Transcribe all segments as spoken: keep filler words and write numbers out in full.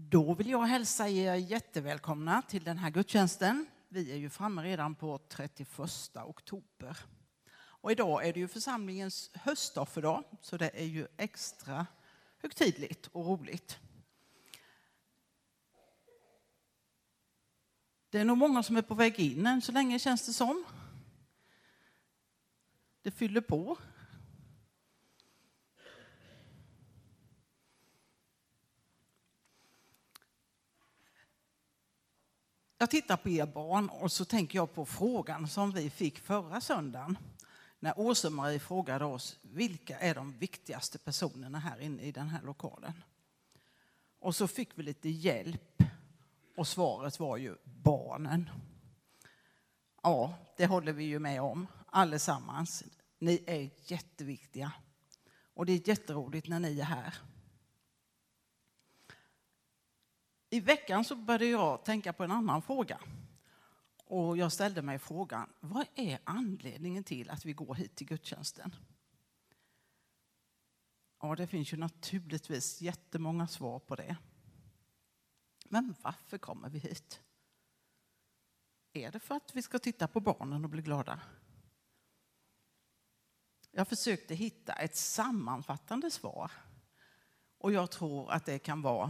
Då vill jag hälsa er jättevälkomna till den här gudstjänsten. Vi är ju framme redan på trettioförsta oktober. Och idag är det ju församlingens höstofferdag, så det är ju extra högtidligt och roligt. Det är nog många som är på väg in än så länge, känns det som. Det fyller på. Jag tittar på er barn och så tänker jag på frågan som vi fick förra söndagen. När Åsa-Marie frågade oss, vilka är de viktigaste personerna här inne i den här lokalen? Och så fick vi lite hjälp och svaret var ju barnen. Ja, det håller vi ju med om allesammans. Ni är jätteviktiga och det är jätteroligt när ni är här. I veckan så började jag tänka på en annan fråga. Och jag ställde mig frågan, vad är anledningen till att vi går hit till gudstjänsten? Ja, det finns ju naturligtvis jättemånga svar på det. Men varför kommer vi hit? Är det för att vi ska titta på barnen och bli glada? Jag försökte hitta ett sammanfattande svar. Och jag tror att det kan vara: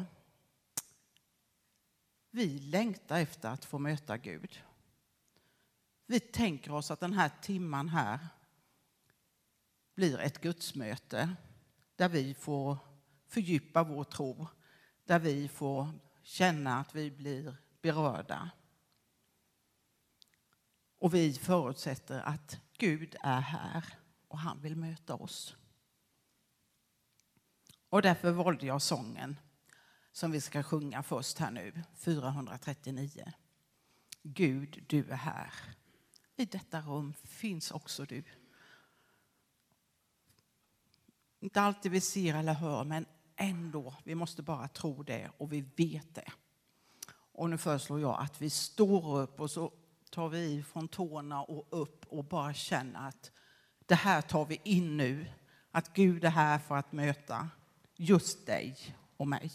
vi längtar efter att få möta Gud. Vi tänker oss att den här timman här blir ett gudsmöte där vi får fördjupa vår tro, där vi får känna att vi blir berörda. Och vi förutsätter att Gud är här och han vill möta oss. Och därför valde jag sången som vi ska sjunga först här nu, fyrahundratrettionio. Gud, du är här. I detta rum finns också du. Inte alltid vi ser eller hör, men ändå, vi måste bara tro det och vi vet det. Och nu föreslår jag att vi står upp och så tar vi i från tårna och upp och bara känner att det här tar vi in nu. Att Gud är här för att möta just dig och mig.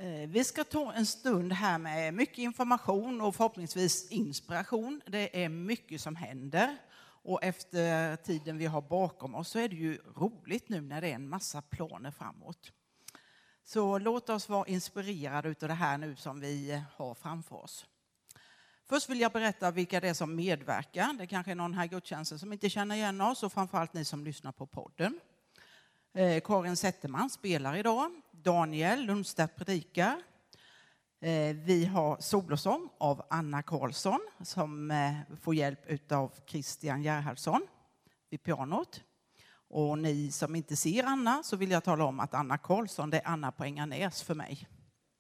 Vi ska ta en stund här med mycket information och förhoppningsvis inspiration. Det är mycket som händer och efter tiden vi har bakom oss så är det ju roligt nu när det är en massa planer framåt. Så låt oss vara inspirerade av det här nu som vi har framför oss. Först vill jag berätta vilka det är som medverkar. Det kanske är någon här gudstjänsten som inte känner igen oss och framförallt ni som lyssnar på podden. Eh, Karin Zetterman spelar idag. Daniel Lundstedt predikar. Eh, vi har solosång av Anna Karlsson som eh, får hjälp av Christian Gerhardsson vid pianot. Och ni som inte ser Anna så vill jag tala om att Anna Karlsson det är Anna på Ängarnäs för mig.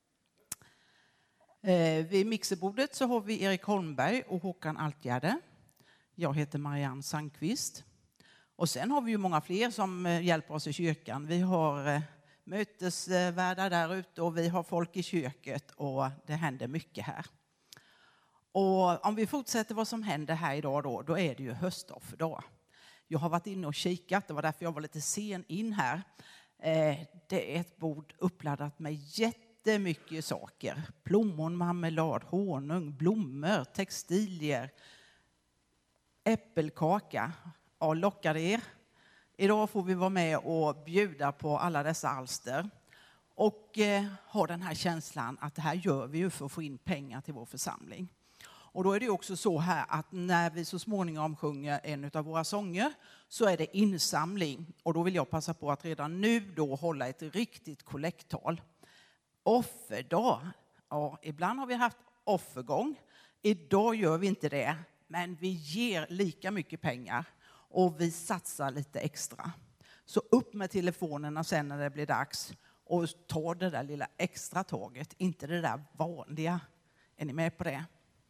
Eh, vid mixerbordet så har vi Erik Holmberg och Håkan Altgärde. Jag heter Marianne Sandqvist. Och sen har vi ju många fler som hjälper oss i kyrkan. Vi har mötesvärdar där ute och vi har folk i köket och det händer mycket här. Och om vi fortsätter vad som händer här idag då, då är det ju höstofferdag. Jag har varit inne och kikat, det var därför jag var lite sen in här. Det är ett bord uppladdat med jättemycket saker. Plommon, marmelad, honung, blommor, textilier, äppelkaka. Ja, lockar er. Idag får vi vara med och bjuda på alla dessa alster. Och eh, ha den här känslan att det här gör vi ju för att få in pengar till vår församling. Och då är det också så här att när vi så småningom sjunger en av våra sånger så är det insamling. Och då vill jag passa på att redan nu då hålla ett riktigt kollekttal. Offerdag. Ja, ibland har vi haft offergång. Idag gör vi inte det. Men vi ger lika mycket pengar. Och vi satsar lite extra. Så upp med telefonerna sen när det blir dags. Och ta det där lilla extra taget. Inte det där vanliga. Är ni med på det?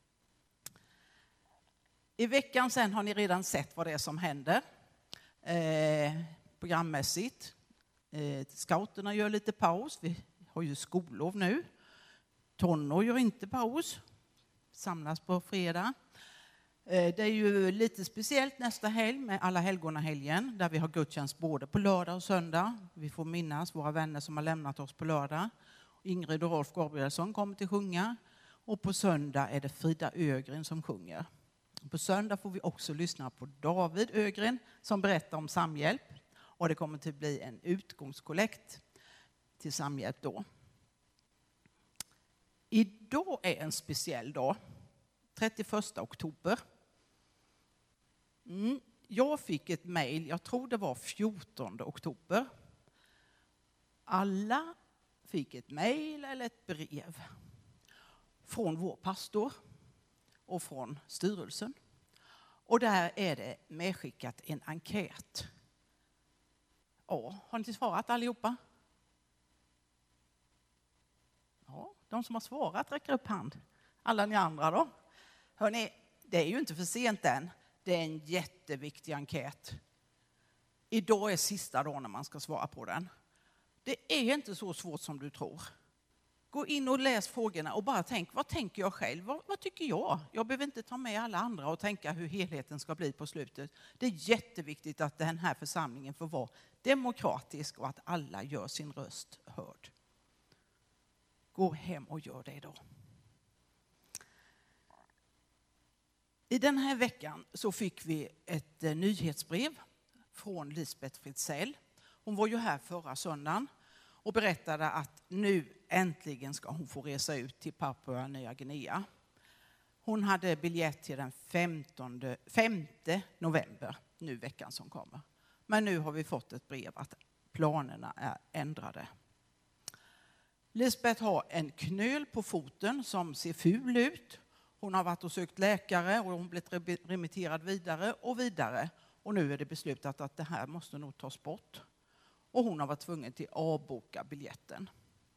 I veckan sen har ni redan sett vad det är som händer. Eh, programmässigt. Eh, scouterna gör lite paus. Vi har ju skollov nu. Tonår gör inte paus. Samlas på fredag. Det är ju lite speciellt nästa helg med alla helgorna helgen där vi har gudstjänst både på lördag och söndag. Vi får minnas våra vänner som har lämnat oss på lördag. Ingrid och Rolf Gabrielsson kommer till sjunga och på söndag är det Frida Ögren som sjunger. På söndag får vi också lyssna på David Ögren som berättar om Samhjälp och det kommer till bli en utgångskollekt till Samhjälp då. Idag är en speciell dag, trettioförsta oktober. Mm. Jag fick ett mejl, jag tror det var fjortonde oktober. Alla fick ett mejl eller ett brev från vår pastor och från styrelsen. Och där är det medskickat en enkät. Ja, har ni svarat allihopa? Ja, de som har svarat räcker upp hand. Alla ni andra då? Hörrni, det är ju inte för sent än. Det är en jätteviktig enkät. Idag är sista dagen när man ska svara på den. Det är inte så svårt som du tror. Gå in och läs frågorna och bara tänk, vad tänker jag själv? Vad, vad tycker jag? Jag behöver inte ta med alla andra och tänka hur helheten ska bli på slutet. Det är jätteviktigt att den här församlingen får vara demokratisk och att alla gör sin röst hörd. Gå hem och gör det idag. I den här veckan så fick vi ett eh, nyhetsbrev från Lisbeth Fritzell. Hon var ju här förra söndagen och berättade att nu äntligen ska hon få resa ut till Papua Nya Guinea. Hon hade biljett till den femtonde, femte november, nu veckan som kommer. Men nu har vi fått ett brev att planerna är ändrade. Lisbeth har en knöl på foten som ser ful ut. Hon har varit och sökt läkare och hon blivit remitterad vidare och vidare. Och nu är det beslutat att det här måste nog tas bort. Och hon har varit tvungen till att avboka biljetten.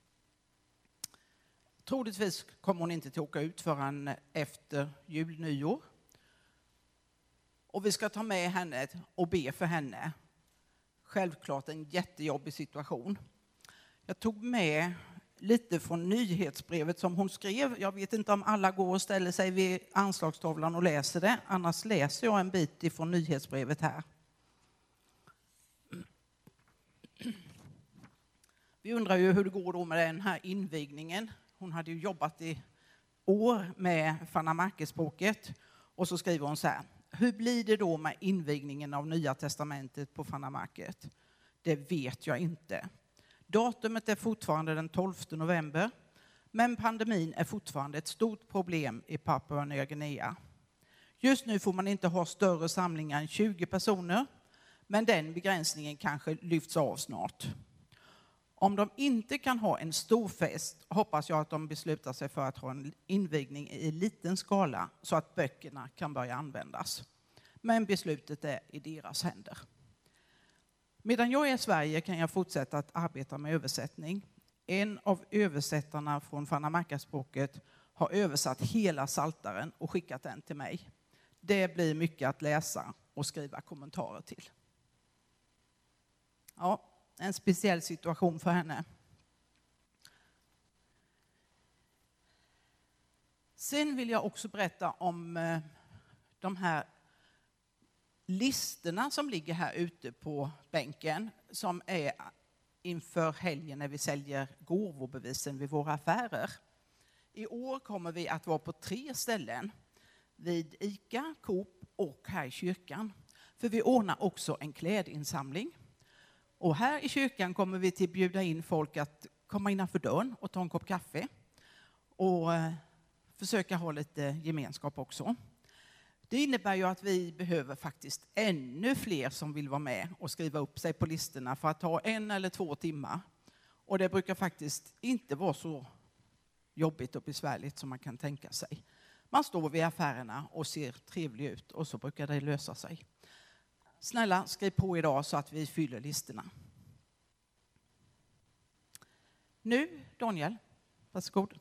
Troligtvis kommer hon inte att åka ut förrän efter jul, nyår. Och vi ska ta med henne och be för henne. Självklart en jättejobbig situation. Jag tog med lite från nyhetsbrevet som hon skrev. Jag vet inte om alla går och ställer sig vid anslagstavlan och läser det. Annars läser jag en bit ifrån nyhetsbrevet här. Vi undrar ju hur det går då med den här invigningen. Hon hade ju jobbat i år med Fanamarkespråket och så skriver hon så här: hur blir det då med invigningen av Nya testamentet på Fanamarket? Det vet jag inte. Datumet är fortfarande den tolfte november, men pandemin är fortfarande ett stort problem i Papua Nya Guinea. Just nu får man inte ha större samlingar än tjugo personer, men den begränsningen kanske lyfts av snart. Om de inte kan ha en stor fest hoppas jag att de beslutar sig för att ha en invigning i liten skala så att böckerna kan börja användas. Men beslutet är i deras händer. Medan jag är i Sverige kan jag fortsätta att arbeta med översättning. En av översättarna från Fanamarkaspråket har översatt hela Saltaren och skickat den till mig. Det blir mycket att läsa och skriva kommentarer till. Ja, en speciell situation för henne. Sen vill jag också berätta om de här listorna som ligger här ute på bänken som är inför helgen när vi säljer gåvobevisen vid våra affärer. I år kommer vi att vara på tre ställen. Vid ICA, Coop och här i kyrkan. För vi ordnar också en klädinsamling. Och här i kyrkan kommer vi till bjuda in folk att komma innanför dörren och ta en kopp kaffe. Och eh, försöka ha lite gemenskap också. Det innebär ju att vi behöver faktiskt ännu fler som vill vara med och skriva upp sig på listorna för att ta en eller två timmar. Och det brukar faktiskt inte vara så jobbigt och besvärligt som man kan tänka sig. Man står vid affärerna och ser trevlig ut och så brukar det lösa sig. Snälla, skriv på idag så att vi fyller listorna. Nu, Daniel, varsågod.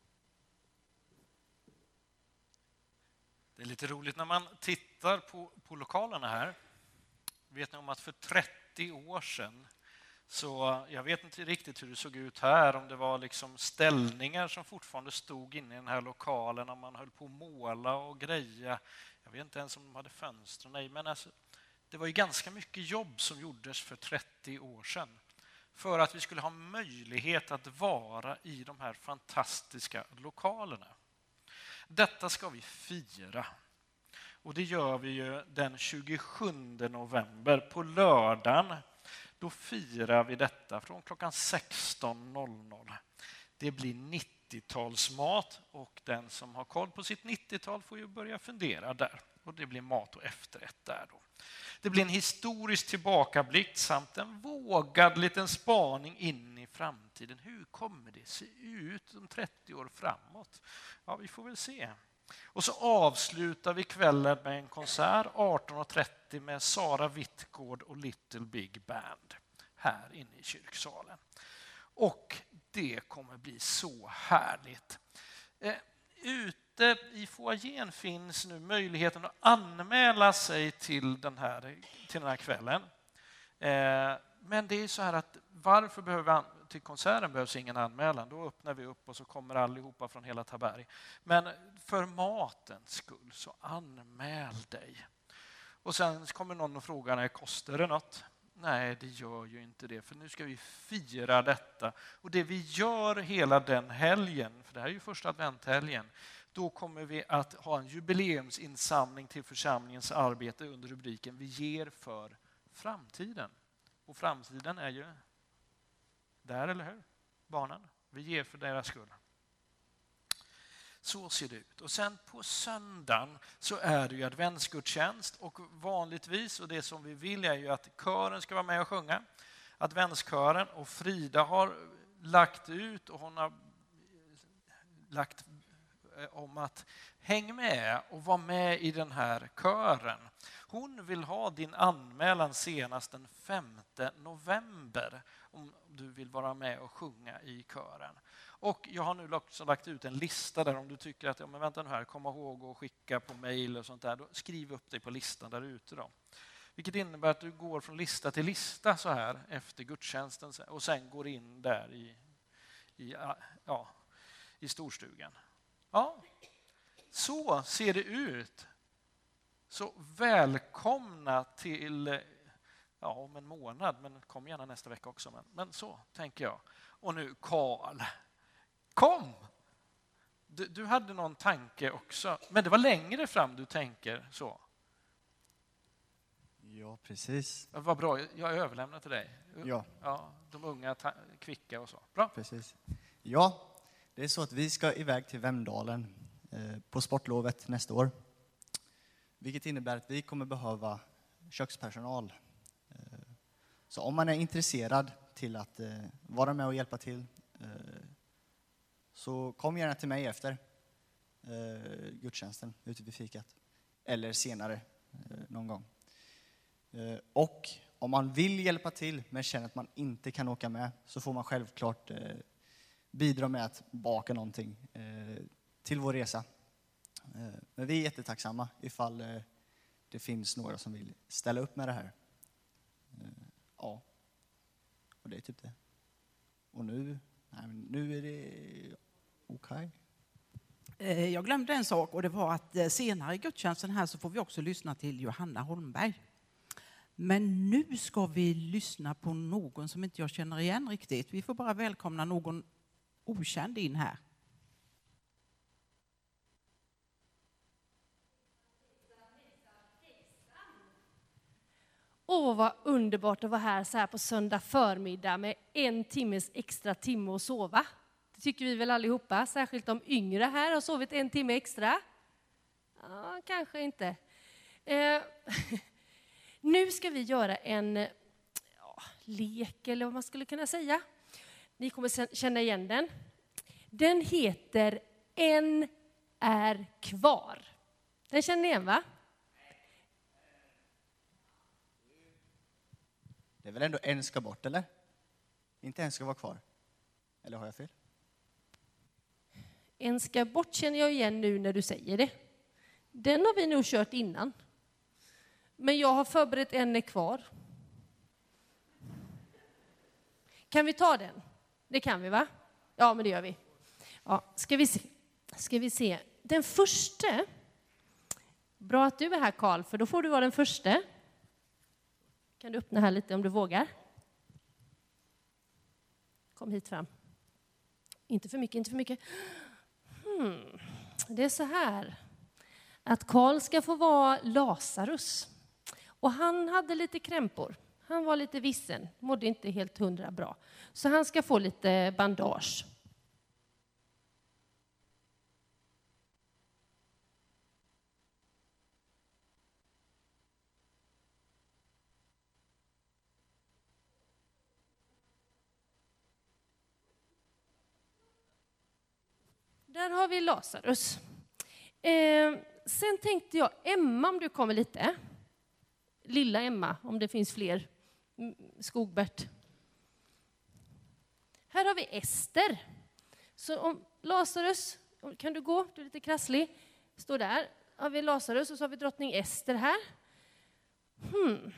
Det är lite roligt när man tittar på, på lokalerna här. Vet ni om att för trettio år sedan, så jag vet inte riktigt hur det såg ut här, om det var liksom ställningar som fortfarande stod inne i den här lokalen, om man höll på att måla och greja. Jag vet inte ens om de hade fönster, nej, men alltså, det var ju ganska mycket jobb som gjordes för trettio år sedan för att vi skulle ha möjlighet att vara i de här fantastiska lokalerna. Detta ska vi fira. Och det gör vi ju den tjugosjunde november på lördagen. Då firar vi detta från klockan sexton noll noll. Det blir nittiotalsmat och den som har koll på sitt nittiotal får ju börja fundera där. Och det blir mat och efterrätt där då. Det blir en historisk tillbakablick samt en vågad liten spaning in i framtiden. Hur kommer det se ut om trettio år framåt? Ja, vi får väl se. Och så avslutar vi kvällen med en konsert arton trettio med Sara Wittgård och Little Big Band här inne i kyrksalen. Och det kommer bli så härligt. Eh, ute i foajén finns nu möjligheten att anmäla sig till den här, till den här kvällen. Eh, men det är så här att varför behöver vi till konserten behövs ingen anmälan. Då öppnar vi upp och så kommer allihopa från hela Taberg. Men för matens skull så anmäl dig. Och sen kommer någon och frågar, när kostar det något? Nej, det gör ju inte det, för nu ska vi fira detta. Och det vi gör hela den helgen, för det här är ju första adventhelgen, då kommer vi att ha en jubileumsinsamling till församlingens arbete under rubriken Vi ger för framtiden. Och framtiden är ju där, eller hur? Barnen. Vi ger för deras skull. Så ser det ut. Och sen på söndagen så är det ju adventsgudstjänst och vanligtvis, och det som vi vill är ju att kören ska vara med och sjunga. Adventskören, och Frida har lagt ut och hon har lagt om att häng med och vara med i den här kören. Hon vill ha din anmälan senast den femte november om du vill vara med och sjunga i kören. Och jag har nu också lagt ut en lista där om du tycker att, ja men vänta nu här, kom ihåg att skicka på mejl och sånt där, då skriv upp dig på listan där ute då. Vilket innebär att du går från lista till lista så här efter gudstjänsten och sen går in där i, i, ja, i storstugan. Ja, så ser det ut. Så välkomna till ja, om en månad, men kom gärna nästa vecka också. Men, men så tänker jag. Och nu Karl, kom! Du, du hade någon tanke också, men det var längre fram du tänker så. Ja, precis. Vad bra, jag överlämnar till dig. Ja. Ja, de unga, ta- kvicka och så. Bra. Precis. Ja, det är så att vi ska iväg till Vemdalen eh, på sportlovet nästa år. Vilket innebär att vi kommer behöva kökspersonal. Eh, så om man är intresserad till att eh, vara med och hjälpa till, eh, så kom gärna till mig efter eh, gudstjänsten ute vid fikat. Eller senare eh, någon gång. Eh, och om man vill hjälpa till men känner att man inte kan åka med, så får man självklart eh, bidra med att baka någonting eh, till vår resa. Eh, men vi är jättetacksamma ifall eh, det finns några som vill ställa upp med det här. Eh, ja, och det är typ det. Och nu, nej, men nu är det okej. Eh, Jag glömde en sak, och det var att eh, senare i gudstjänsten här så får vi också lyssna till Johanna Holmberg. Men nu ska vi lyssna på någon som inte jag känner igen riktigt. Vi får bara välkomna någon okänd in här. Åh, vad underbart att vara här så här på söndag förmiddag med en timmes extra timme att sova. Det tycker vi väl allihopa, särskilt de yngre här har sovit en timme extra. Ja, kanske inte. Eh, nu ska vi göra en ja, lek, eller vad man skulle kunna säga. Ni kommer känna igen den. Den heter En är kvar. Den känner ni igen, va? Det är väl ändå en ska bort, eller? Inte en ska vara kvar. Eller har jag fel? En ska bort känner jag igen nu när du säger det. Den har vi nog kört innan. Men jag har förberett en är kvar. Kan vi ta den? Det kan vi, va? Ja, men det gör vi. Ja, ska vi se. Ska vi se. Den första. Bra att du är här, Karl, för då får du vara den första. Kan du öppna här lite om du vågar? Kom hit fram. Inte för mycket, inte för mycket. Hmm. Det är så här. Att Karl ska få vara Lazarus. Och han hade lite krämpor. Han var lite vissen. Mådde inte helt hundra bra. Så han ska få lite bandage. Där har vi Lazarus. Eh, sen tänkte jag, Emma, om du kommer lite. Lilla Emma, om det finns fler. Skogbert. Här har vi Ester. Så om Lazarus, kan du gå? Du är lite krasslig. Står där. Har vi Lazarus och så har vi drottning Ester här. Hmm.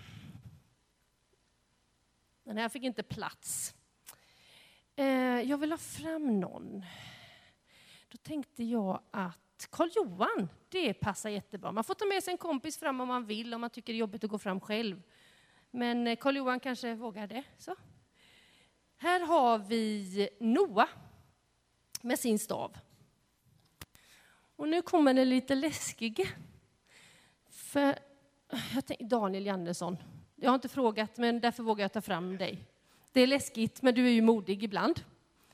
Den här fick inte plats. Eh, jag vill ha fram någon. Då tänkte jag att Karl Johan, det passar jättebra. Man får ta med sig en kompis fram om man vill, om man tycker det är jobbigt att gå fram själv. Men Karl Johan kanske vågar det. Så. Här har vi Noah med sin stav. Och nu kommer det lite läskiga. För jag tänkte, Daniel Jannesson, jag har inte frågat, men därför vågar jag ta fram dig. Det är läskigt, men du är ju modig ibland.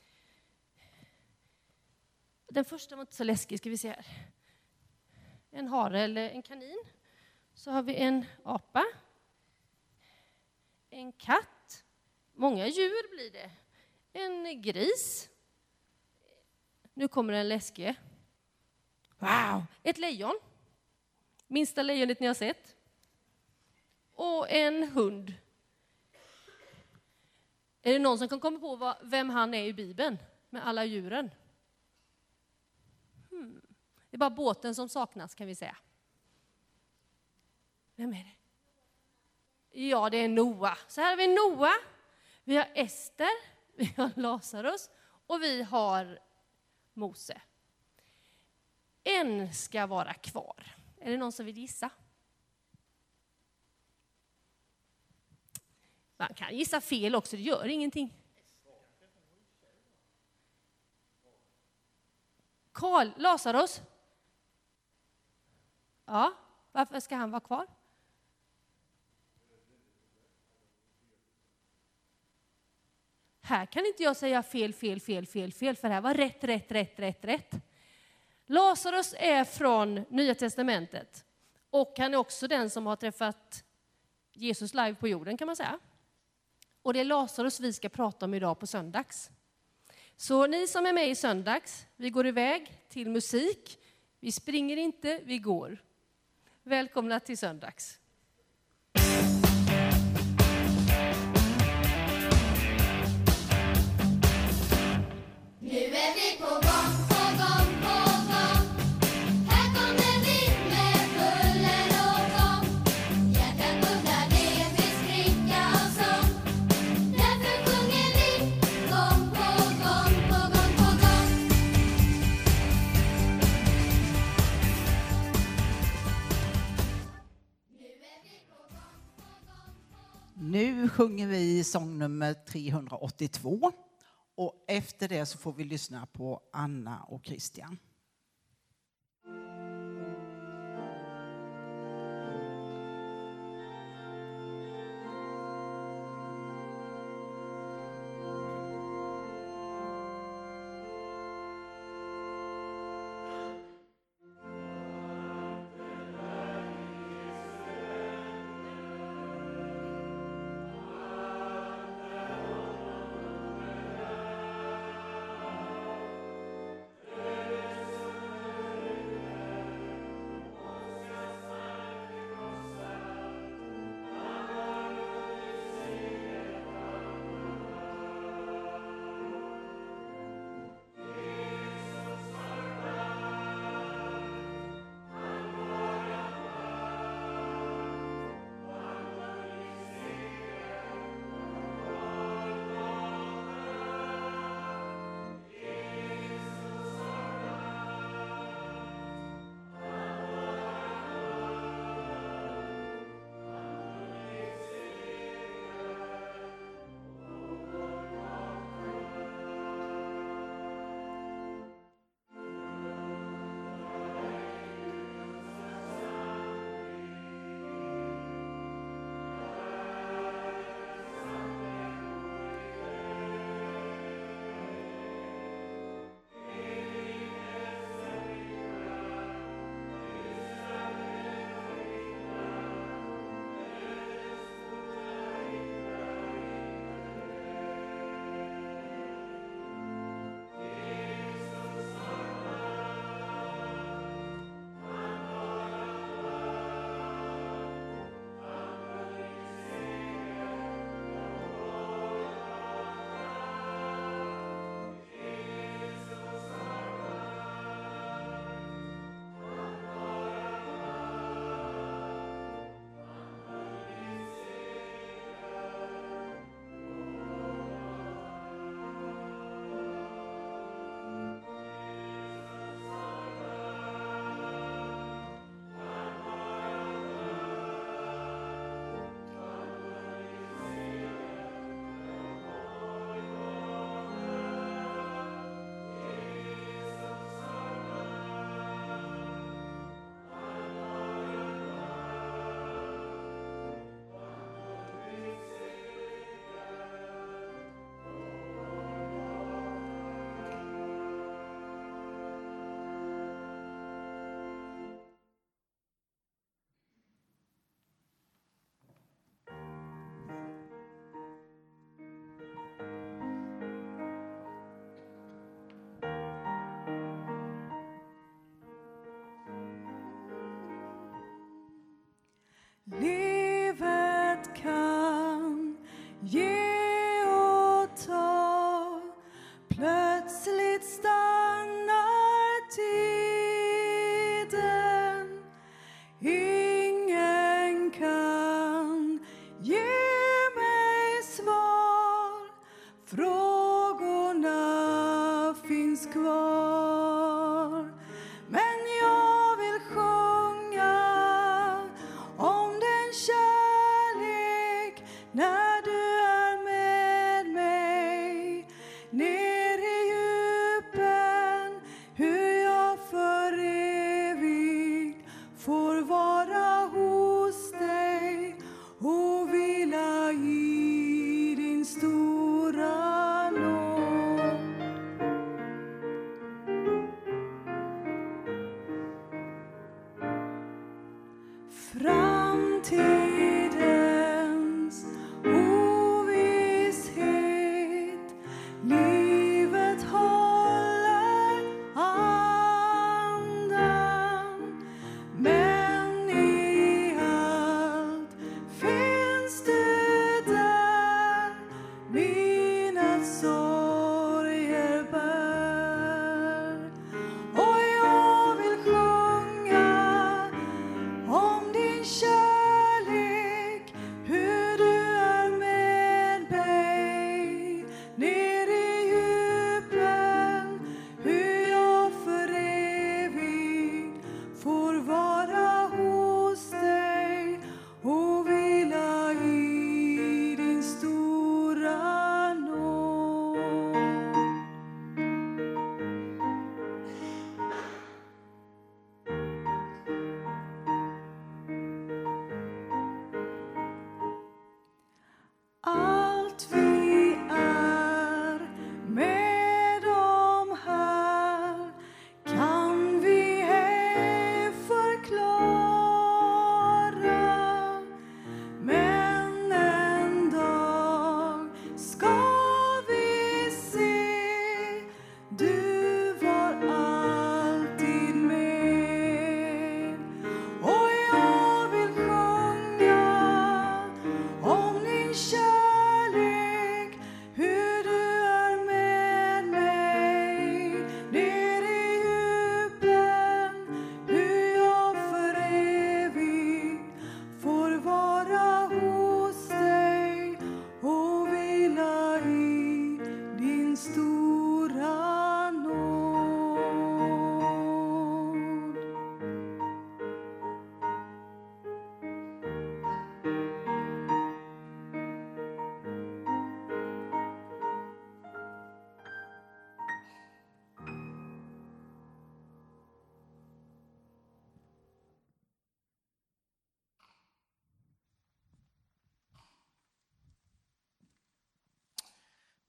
Den första var inte så läskig, ska vi se här. En hare eller en kanin. Så har vi en apa. En katt. Många djur blir det. En gris. Nu kommer en läskig. Wow! Ett lejon. Minsta lejonet ni har sett. Och en hund. Är det någon som kan komma på vem han är i Bibeln? Med alla djuren. Hmm. Det är bara båten som saknas, kan vi säga. Vem är det? Ja, det är Noah. Så här har vi Noah. Vi har Ester. Vi har Lazarus. Och vi har Mose. En ska vara kvar. Är det någon som vill gissa? Man kan gissa fel också, det gör ingenting. Karl, Lazarus. Ja, varför ska han vara kvar? Här kan inte jag säga fel, fel, fel, fel, fel, för det här var rätt, rätt, rätt, rätt, rätt. Lazarus är från Nya testamentet och han är också den som har träffat Jesus live på jorden, kan man säga. Och det är Lazarus vi ska prata om idag på söndags. Så ni som är med i söndags, vi går iväg till musik. Vi springer inte, vi går. Välkomna till söndags. Nu är vi på gång, på gång, på gång. Här kommer vi med buller och gång. Hjärtat bubblar, det vill skrika och sång. Därför sjunger vi gång på gång, på gång, på gång. Nu är vi på gång, på gång, på gång. Nu sjunger vi sång nummer trehundraåttiotvå. Och efter det så får vi lyssna på Anna och Christian. Livet kan ge och ta, plötsligt stannar tiden. Ingen kan ge mig svar, frågorna finns kvar. Men jag vill sjunga om den kärlek när du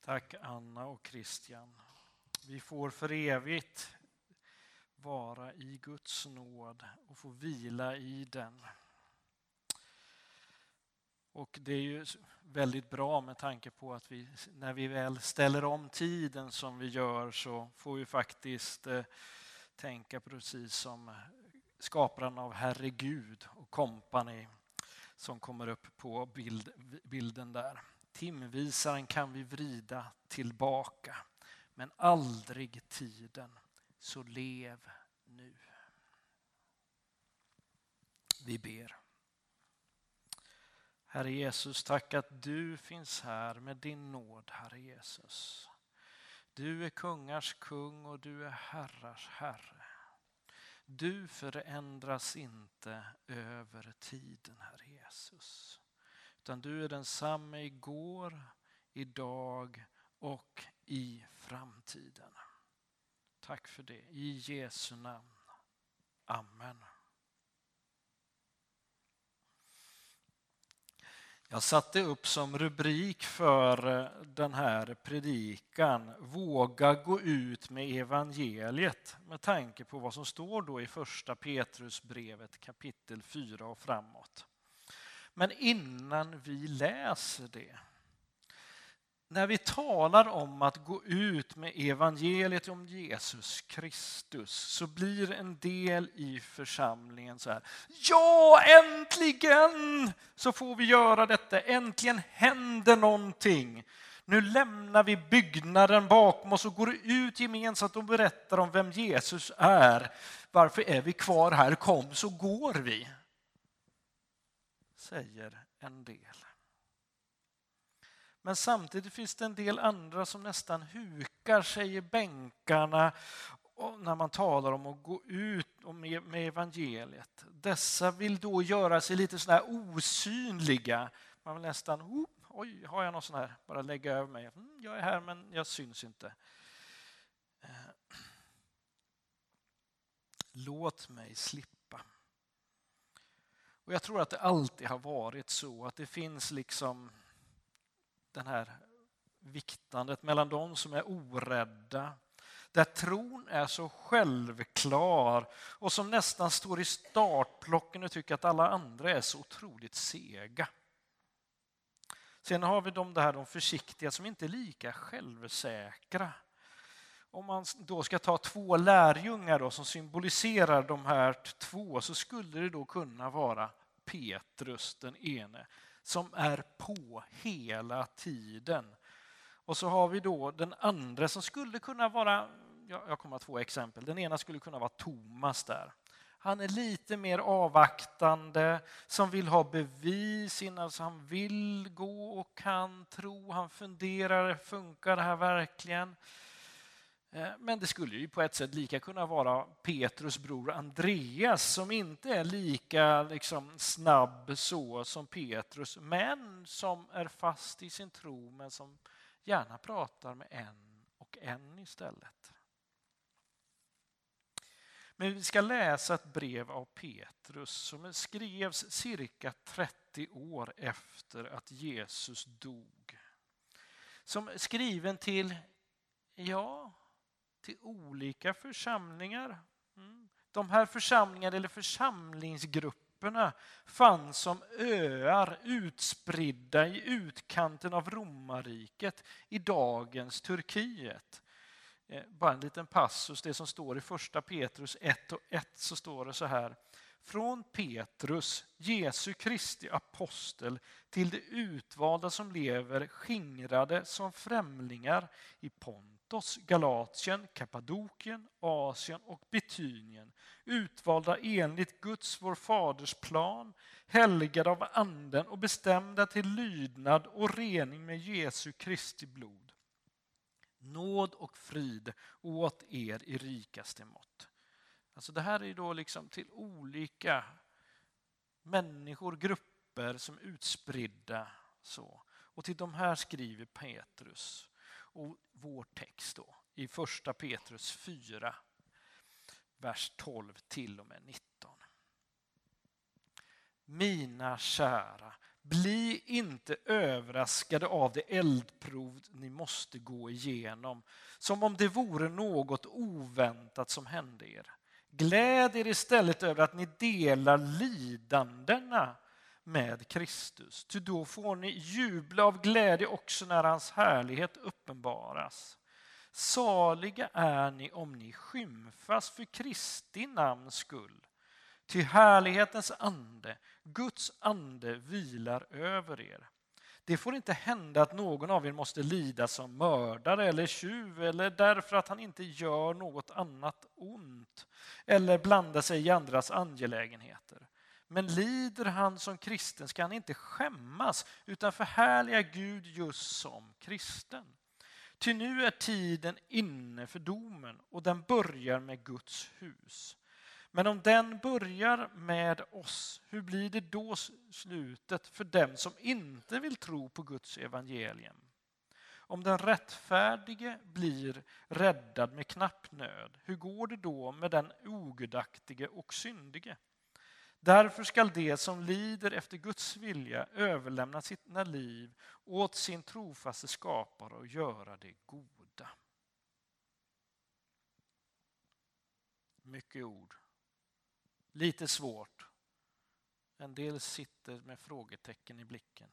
Tack Anna och Christian. Vi får för evigt vara i Guds nåd och få vila i den. Och det är ju väldigt bra med tanke på att vi, när vi väl ställer om tiden som vi gör, så får vi faktiskt eh, tänka precis som skaparen av Herre Gud och kompani som kommer upp på bild, bilden där. Timvisaren kan vi vrida tillbaka, men aldrig tiden, så lev nu. Vi ber. Herre Jesus, tack att du finns här med din nåd, Herre Jesus. Du är kungars kung och du är herrars herre. Du förändras inte över tiden, Herre Jesus. Utan du är densamma igår, idag och i framtiden. Tack för det. I Jesu namn. Amen. Jag satte upp som rubrik för den här predikan: Våga gå ut med evangeliet, med tanke på vad som står då i första Petrusbrevet kapitel fyra och framåt. Men innan vi läser det, när vi talar om att gå ut med evangeliet om Jesus Kristus, så blir en del i församlingen så här: ja, äntligen så får vi göra detta, äntligen händer någonting. Nu lämnar vi byggnaden bakom oss och går ut gemensamt och berättar om vem Jesus är. Varför är vi kvar här? Kom så går vi, säger en del. Men samtidigt finns det en del andra som nästan hukar sig i bänkarna och när man talar om att gå ut med, med evangeliet. Dessa vill då göra sig lite sådär osynliga. Man vill nästan, oh, oj, har jag någon sån här, bara lägga över mig. Mm, jag är här men jag syns inte. Låt mig slippa. Och jag tror att det alltid har varit så att det finns liksom den här viktandet mellan de som är orädda, där tron är så självklar och som nästan står i startblocken och tycker att alla andra är så otroligt sega. Sen har vi de där de försiktiga som inte är lika självsäkra. Om man då ska ta två lärjungar då, som symboliserar de här två, så skulle det då kunna vara Petrus den ene, som är på hela tiden. Och så har vi då den andra som skulle kunna vara, jag kommer att två exempel. Den ena skulle kunna vara Thomas där. Han är lite mer avvaktande, som vill ha bevis innan han vill gå och kan tro. Han funderar, funkar det här verkligen? Men det skulle ju på ett sätt lika kunna vara Petrus bror Andreas, som inte är lika liksom snabb så som Petrus, men som är fast i sin tro, men som gärna pratar med en och en istället. Men vi ska läsa ett brev av Petrus som skrevs cirka trettio år efter att Jesus dog. Som är skriven till, ja, till olika församlingar. Mm. De här församlingarna eller församlingsgrupperna fanns som öar utspridda i utkanten av romarriket i dagens Turkiet. Bara en liten passus, det som står i första Petrus ett och ett, så står det så här: från Petrus, Jesu Kristi apostel, till de utvalda som lever skingrade som främlingar i Pontos, Galatien, Kappadokien, Asien och Bitynien, utvalda enligt Guds vår faders plan, helgade av anden och bestämda till lydnad och rening med Jesu Kristi blod. Nåd och frid åt er i rikaste mått. Alltså det här är då liksom till olika människor, grupper som är utspridda så. Och till de här skriver Petrus. Och vår text då i första Petrus fyra, vers tolv till och med nitton. Mina kära, Bli inte överraskade av det eldprov ni måste gå igenom, som om det vore något oväntat som hände er. Gläd er istället över att ni delar lidandena med Kristus. Ty då får ni jubla av glädje också när hans härlighet uppenbaras. Saliga är ni om ni skymfas för Kristi namns skull. Ty härlighetens ande, Guds ande, vilar över er. Det får inte hända att någon av er måste lida som mördare eller tjuv eller därför att han inte gör något annat ont eller blandar sig i andras angelägenheter. Men lider han som kristen ska han inte skämmas utan förhärliga Gud just som kristen. Ty nu är tiden inne för domen och den börjar med Guds hus. Men om den börjar med oss, hur blir det då slutet för dem som inte vill tro på Guds evangelium? Om den rättfärdige blir räddad med knapp nöd, hur går det då med den ogudaktige och syndige? Därför skall det som lider efter Guds vilja överlämna sina liv åt sin trofaste skapare och göra det goda. Mycket ord. Lite svårt. En del sitter med frågetecken i blicken.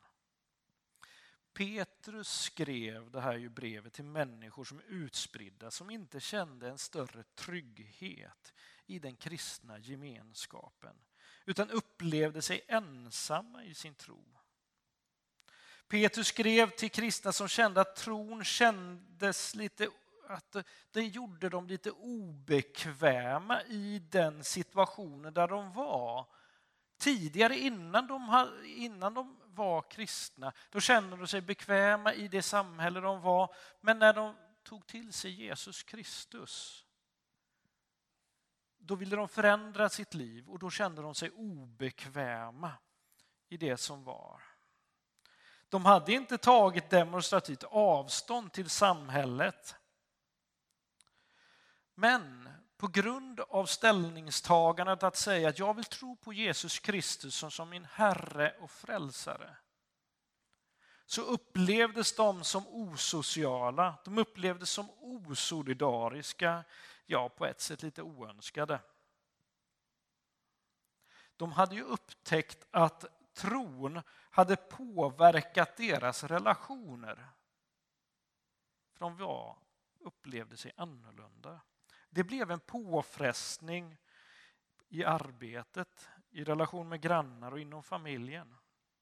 Petrus skrev det här ju brevet till människor som är utspridda, som inte kände en större trygghet i den kristna gemenskapen, utan upplevde sig ensamma i sin tro. Petrus skrev till kristna som kände att tron kändes lite, att det gjorde dem lite obekväma i den situationen där de var. Tidigare innan de, innan de var kristna, då kände de sig bekväma i det samhälle de var. Men när de tog till sig Jesus Kristus, då ville de förändra sitt liv och då kände de sig obekväma i det som var. De hade inte tagit demonstrativt avstånd till samhället. Men på grund av ställningstagandet att säga att jag vill tro på Jesus Kristus som, som min Herre och frälsare, så upplevdes de som osociala, de upplevdes som osolidariska, ja på ett sätt lite oönskade. De hade ju upptäckt att tron hade påverkat deras relationer. För de var, upplevde sig annorlunda. Det blev en påfrestning i arbetet, i relation med grannar och inom familjen.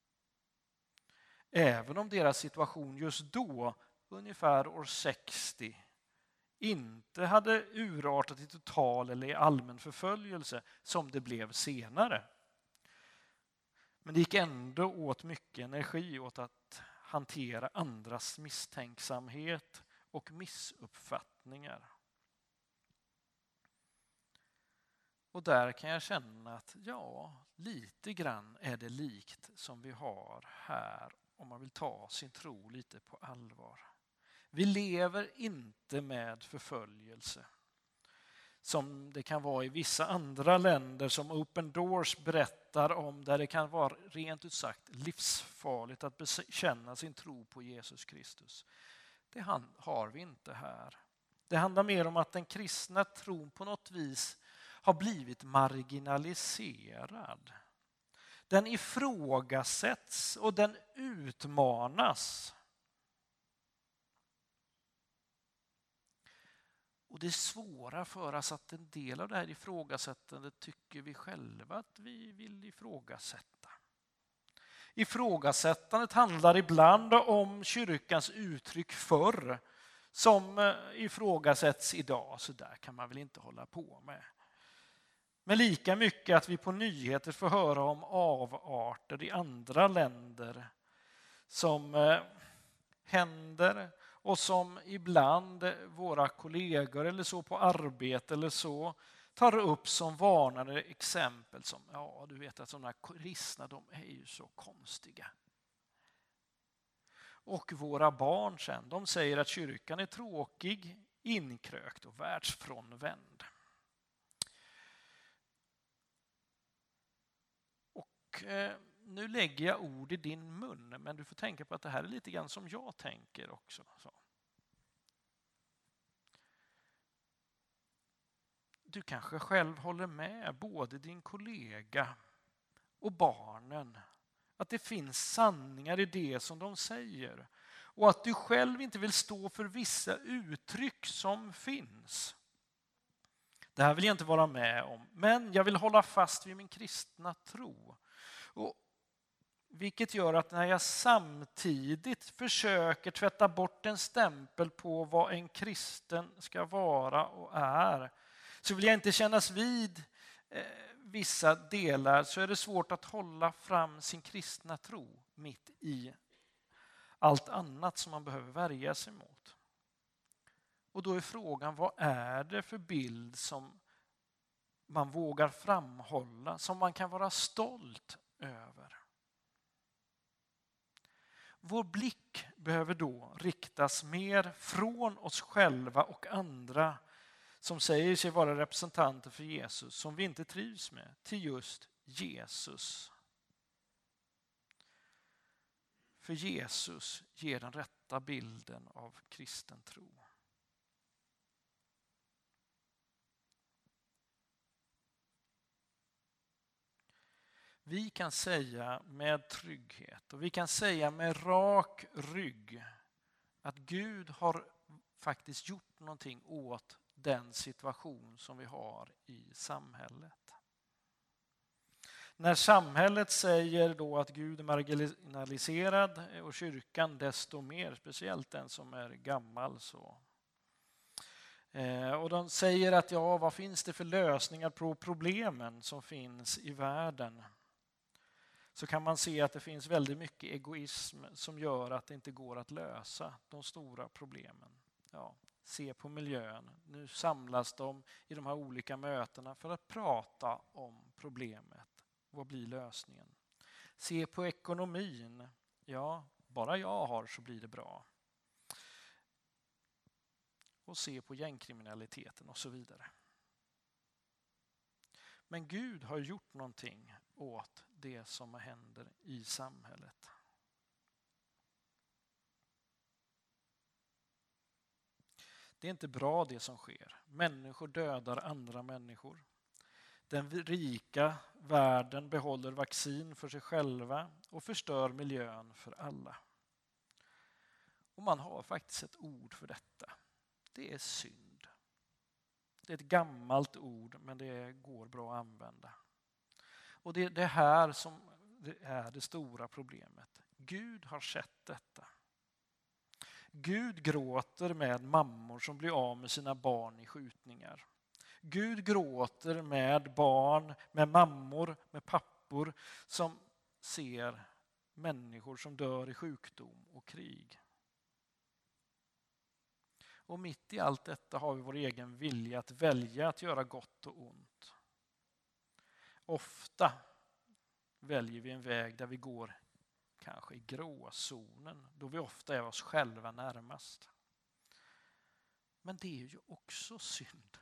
Även om deras situation just då, ungefär år sextio, inte hade urartat i total eller i allmän förföljelse som det blev senare. Men det gick ändå åt mycket energi åt att hantera andras misstänksamhet och missuppfattningar. Och där kan jag känna att ja, lite grann är det likt som vi har här om man vill ta sin tro lite på allvar. Vi lever inte med förföljelse som det kan vara i vissa andra länder som Open Doors berättar om, där det kan vara rent ut sagt livsfarligt att bekänna sin tro på Jesus Kristus. Det har vi inte här. Det handlar mer om att den kristna tron på något vis har blivit marginaliserad. Den ifrågasätts och den utmanas. Och det är svåra för oss att en del av det här ifrågasättandet tycker vi själva att vi vill ifrågasätta. Ifrågasättandet handlar ibland om kyrkans uttryck förr som ifrågasätts idag. Så där kan man väl inte hålla på med. Men lika mycket att vi på nyheter får höra om avarter i andra länder som händer och som ibland våra kollegor eller så på arbete eller så tar upp som varnande exempel som, ja du vet att sådana kristna de är ju så konstiga. Och våra barn sen, de säger att kyrkan är tråkig, inkrökt och världsfrånvänd. Och nu lägger jag ord i din mun, men du får tänka på att det här är lite grann som jag tänker också. Så. Du kanske själv håller med både din kollega och barnen att det finns sanningar i det som de säger och att du själv inte vill stå för vissa uttryck som finns. Det här vill jag inte vara med om, men jag vill hålla fast vid min kristna tro. Och vilket gör att när jag samtidigt försöker tvätta bort en stämpel på vad en kristen ska vara och är, så vill jag inte kännas vid eh, vissa delar, så är det svårt att hålla fram sin kristna tro mitt i allt annat som man behöver värja sig mot. Och då är frågan, vad är det för bild som man vågar framhålla, som man kan vara stolt över? Vår blick behöver då riktas mer från oss själva och andra som säger sig vara representanter för Jesus, som vi inte trivs med, till just Jesus. För Jesus ger den rätta bilden av kristen tro. Vi kan säga med trygghet och vi kan säga med rak rygg att Gud har faktiskt gjort någonting åt den situation som vi har i samhället. När samhället säger då att Gud är marginaliserad och kyrkan desto mer, speciellt den som är gammal så. Och de säger att ja, vad finns det för lösningar på problemen som finns i världen? Så kan man se att det finns väldigt mycket egoism som gör att det inte går att lösa de stora problemen. Ja, se på miljön. Nu samlas de i de här olika mötena för att prata om problemet. Vad blir lösningen? Se på ekonomin. Ja, bara jag har så blir det bra. Och se på gängkriminaliteten och så vidare. Men Gud har gjort någonting åt det som händer i samhället. Det är inte bra det som sker. Människor dödar andra människor. Den rika världen behåller vaccin för sig själva och förstör miljön för alla. Och man har faktiskt ett ord för detta. Det är synd. Det är ett gammalt ord, men det går bra att använda. Och det är det här som är det stora problemet. Gud har sett detta. Gud gråter med mammor som blir av med sina barn i skjutningar. Gud gråter med barn, med mammor, med pappor som ser människor som dör i sjukdom och krig. Och mitt i allt detta har vi vår egen vilja att välja att göra gott och ont. Ofta väljer vi en väg där vi går kanske i gråzonen, då vi ofta är oss själva närmast. Men det är ju också synd.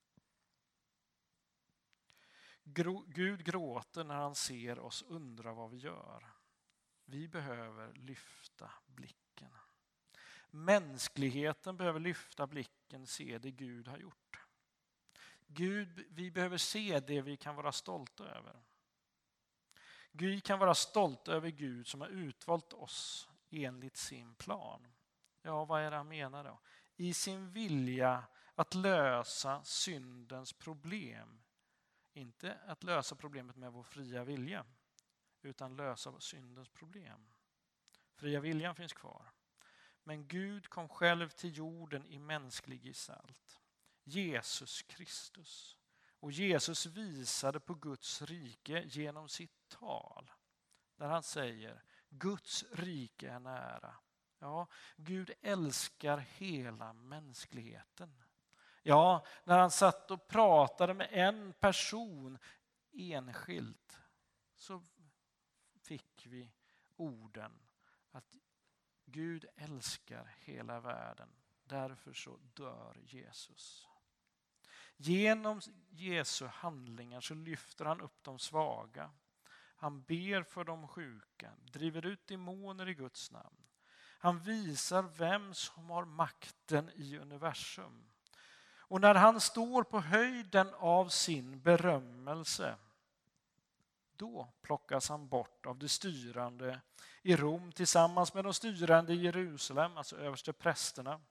Gud gråter när han ser oss undra vad vi gör. Vi behöver lyfta blicken. Mänskligheten behöver lyfta blicken, se det Gud har gjort. Gud, vi behöver se det vi kan vara stolta över. Gud kan vara stolt över Gud som har utvalt oss enligt sin plan. Ja, vad är det han menar då? I sin vilja att lösa syndens problem. Inte att lösa problemet med vår fria vilja, utan lösa syndens problem. Fria viljan finns kvar. Men Gud kom själv till jorden i mänsklig gestalt. Jesus Kristus. Och Jesus visade på Guds rike genom sitt tal. Där han säger, Guds rike är nära. Ja, Gud älskar hela mänskligheten. Ja, när han satt och pratade med en person enskilt så fick vi orden att Gud älskar hela världen. Därför så dör Jesus. Genom Jesu handlingar så lyfter han upp de svaga. Han ber för de sjuka, driver ut demoner i Guds namn. Han visar vem som har makten i universum. Och när han står på höjden av sin berömmelse, då plockas han bort av det styrande i Rom tillsammans med de styrande i Jerusalem, alltså överste prästerna.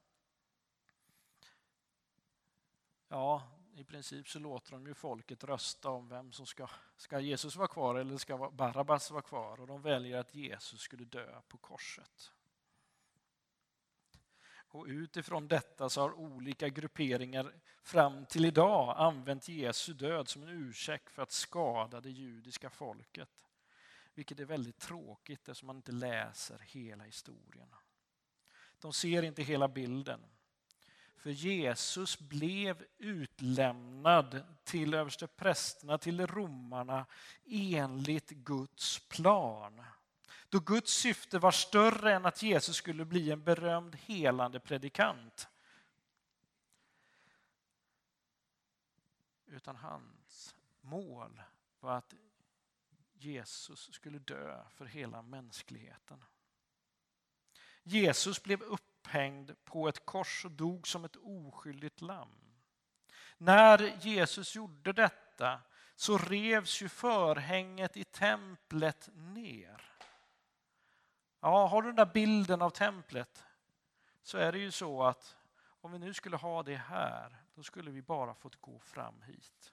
Ja, i princip så låter de ju folket rösta om vem som ska, ska Jesus vara kvar eller ska Barabbas vara kvar. Och de väljer att Jesus skulle dö på korset. Och utifrån detta så har olika grupperingar fram till idag använt Jesu död som en ursäkt för att skada det judiska folket. Vilket är väldigt tråkigt eftersom man inte läser hela historien. De ser inte hela bilden. För Jesus blev utlämnad till översteprästerna, till romarna enligt Guds plan. Då Guds syfte var större än att Jesus skulle bli en berömd helande predikant. Utan hans mål var att Jesus skulle dö för hela mänskligheten. Jesus blev upphängd på ett kors och dog som ett oskyldigt lamm. När Jesus gjorde detta så revs ju förhänget i templet ner. Ja, har du den där bilden av templet så är det ju så att om vi nu skulle ha det här, då skulle vi bara fått gå fram hit.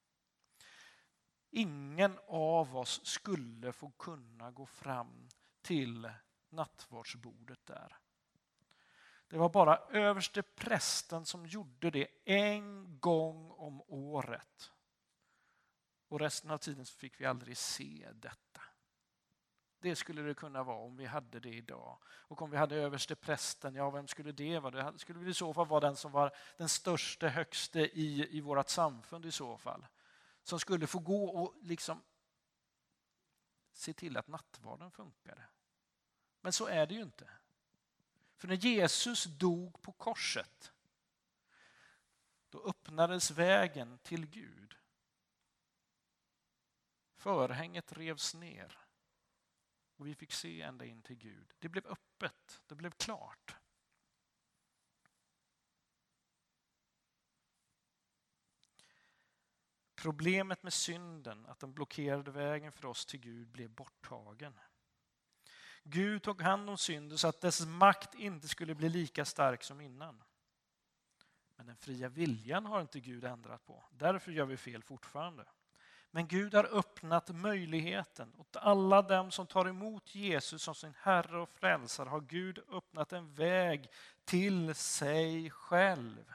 Ingen av oss skulle få kunna gå fram till nattvardsbordet där. Det var bara överste prästen som gjorde det en gång om året. Och resten av tiden så fick vi aldrig se detta. Det skulle det kunna vara om vi hade det idag. Och om vi hade överste prästen, ja vem skulle det vara? Det skulle väl i så fall vara den som var den största, högste i, i vårt samfund i så fall. Som skulle få gå och liksom se till att nattvarden funkade. Men så är det ju inte. För när Jesus dog på korset, då öppnades vägen till Gud. Förhänget revs ner. Och vi fick se ända in till Gud. Det blev öppet, det blev klart. Problemet med synden, att den blockerade vägen för oss till Gud, blev borttagen. Gud tog hand om synden så att dess makt inte skulle bli lika stark som innan. Men den fria viljan har inte Gud ändrat på. Därför gör vi fel fortfarande. Men Gud har öppnat möjligheten. Åt alla dem som tar emot Jesus som sin Herre och frälsare har Gud öppnat en väg till sig själv.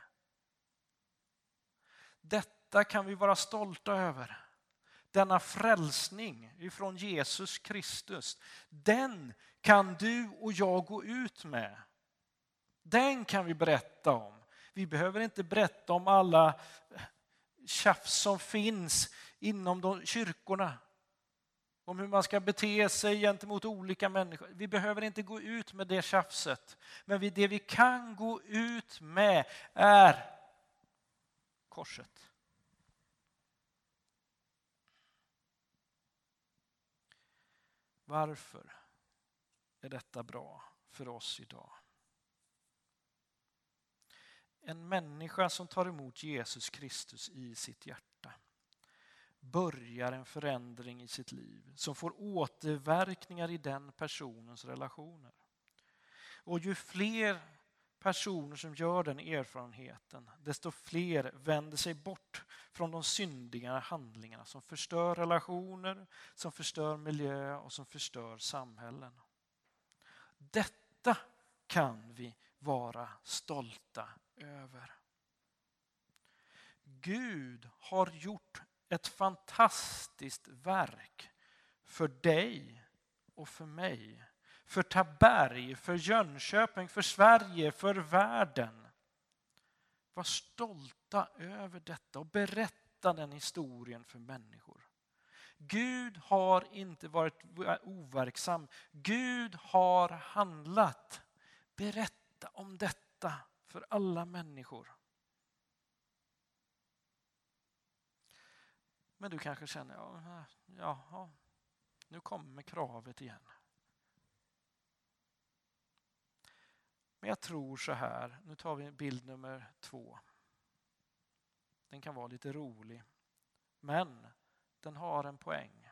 Detta kan vi vara stolta över. Denna frälsning ifrån Jesus Kristus, den kan du och jag gå ut med. Den kan vi berätta om. Vi behöver inte berätta om alla tjafs som finns inom de kyrkorna. Om hur man ska bete sig gentemot olika människor. Vi behöver inte gå ut med det tjafset. Men det vi kan gå ut med är korset. Varför är detta bra för oss idag? En människa som tar emot Jesus Kristus i sitt hjärta börjar en förändring i sitt liv som får återverkningar i den personens relationer. Och ju fler personer som gör den erfarenheten, desto fler vänder sig bort från de syndiga handlingarna som förstör relationer, som förstör miljö och som förstör samhällen. Detta kan vi vara stolta över. Gud har gjort ett fantastiskt verk för dig och för mig. För Taberg, för Jönköping, för Sverige, för världen. Var stolta över detta och berätta den historien för människor. Gud har inte varit overksam. Gud har handlat. Berätta om detta för alla människor. Men du kanske känner, ja, ja, Nu kommer kravet igen. Men jag tror så här, nu tar vi bild nummer två. Den kan vara lite rolig, men den har en poäng.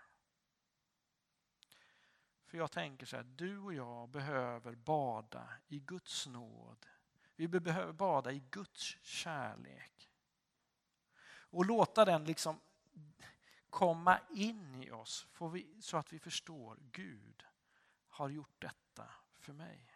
För jag tänker så här, du och jag behöver bada i Guds nåd. Vi behöver bada i Guds kärlek. Och låta den liksom komma in i oss får vi, så att vi förstår Gud har gjort detta för mig.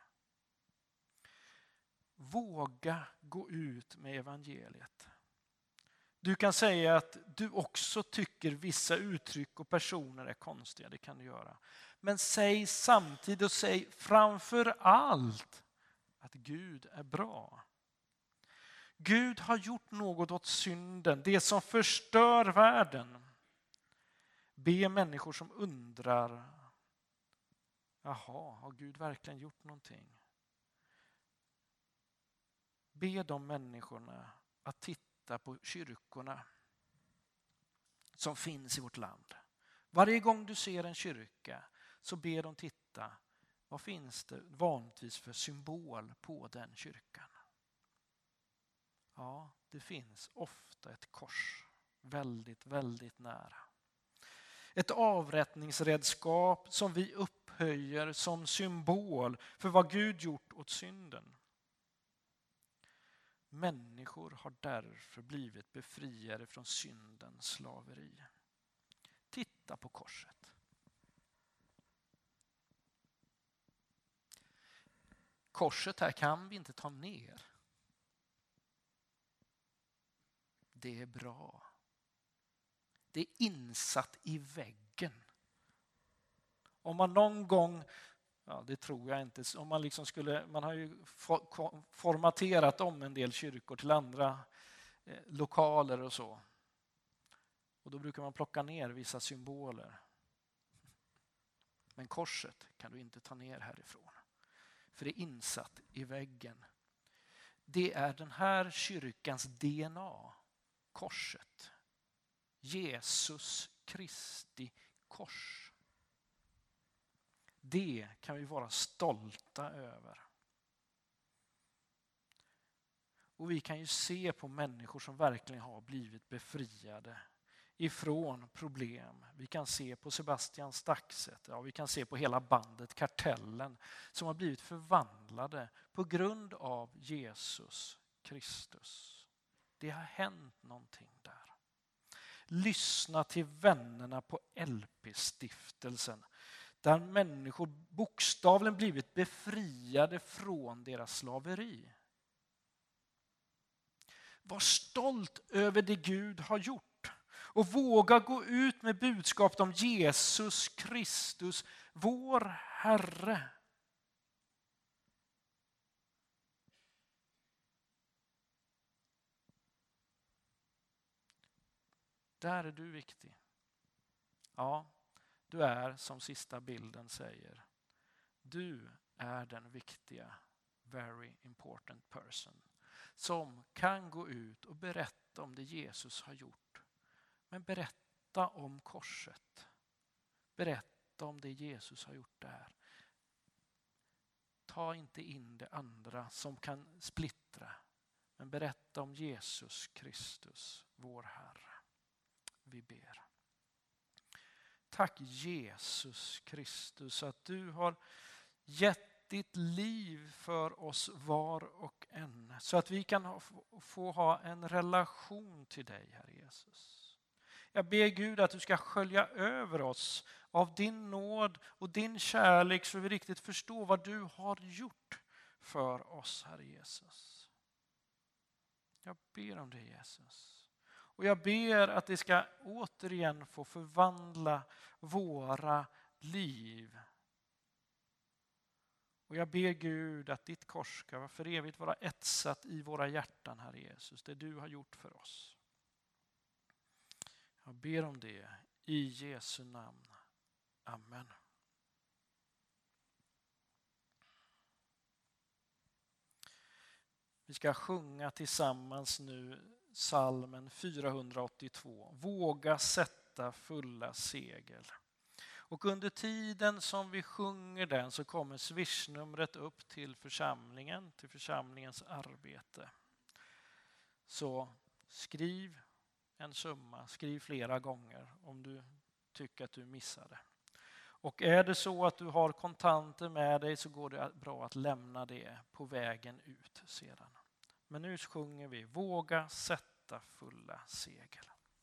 Våga gå ut med evangeliet. Du kan säga att du också tycker vissa uttryck och personer är konstiga, det kan du göra. Men säg samtidigt och säg framför allt att Gud är bra. Gud har gjort något åt synden, det som förstör världen. Be människor som undrar, jaha, har Gud verkligen gjort någonting? Be de människorna att titta på kyrkorna som finns i vårt land. Varje gång du ser en kyrka så be dem titta, vad finns det vanligtvis för symbol på den kyrkan? Ja, det finns ofta ett kors väldigt, väldigt nära. Ett avrättningsredskap som vi upphöjer som symbol för vad Gud gjort åt synden. Människor har därför blivit befriade från syndens slaveri. Titta på korset. Korset här kan vi inte ta ner. Det är bra. Det är insatt i väggen. Om man någon gång, ja det tror jag inte, om man liksom skulle, man har ju formaterat om en del kyrkor till andra eh, lokaler och så. Och då brukar man plocka ner vissa symboler. Men korset kan du inte ta ner härifrån. För det är insatt i väggen. Det är den här kyrkans D N A. Korset. Jesus Kristi kors. Det kan vi vara stolta över. Och vi kan ju se på människor som verkligen har blivit befriade ifrån problem. Vi kan se på Sebastian Staxet, ja, vi kan se på hela bandet Kartellen som har blivit förvandlade på grund av Jesus Kristus. Det har hänt någonting där. Lyssna till vännerna på L P-stiftelsen där människor bokstavligen blivit befriade från deras slaveri. Var stolt över det Gud har gjort och våga gå ut med budskapet om Jesus Kristus, vår Herre. Där är du viktig. Ja, du är som sista bilden säger. Du är den viktiga, very important person. Som kan gå ut och berätta om det Jesus har gjort. Men berätta om korset. Berätta om det Jesus har gjort där. Ta inte in det andra som kan splittra. Men berätta om Jesus Kristus, vår Herre. Vi ber. Tack Jesus Kristus att du har gett ditt liv för oss var och en. Så att vi kan ha, få ha en relation till dig, Herre Jesus. Jag ber Gud att du ska skölja över oss av din nåd och din kärlek så vi riktigt förstår vad du har gjort för oss, Herre Jesus. Jag ber om det, Jesus. Och jag ber att det ska återigen få förvandla våra liv. Och jag ber Gud att ditt kors ska för evigt vara etsat i våra hjärtan, Herre Jesus. Det du har gjort för oss. Jag ber om det i Jesu namn. Amen. Vi ska sjunga tillsammans nu Psalmen fyrahundraåttiotvå. Våga sätta fulla segel. Och under tiden som vi sjunger den så kommer swishnumret upp till församlingen, till församlingens arbete. Så skriv en summa, skriv flera gånger om du tycker att du missade. Och är det så att du har kontanter med dig så går det bra att lämna det på vägen ut sedan. Men nu sjunger vi Våga sätta fulla segel.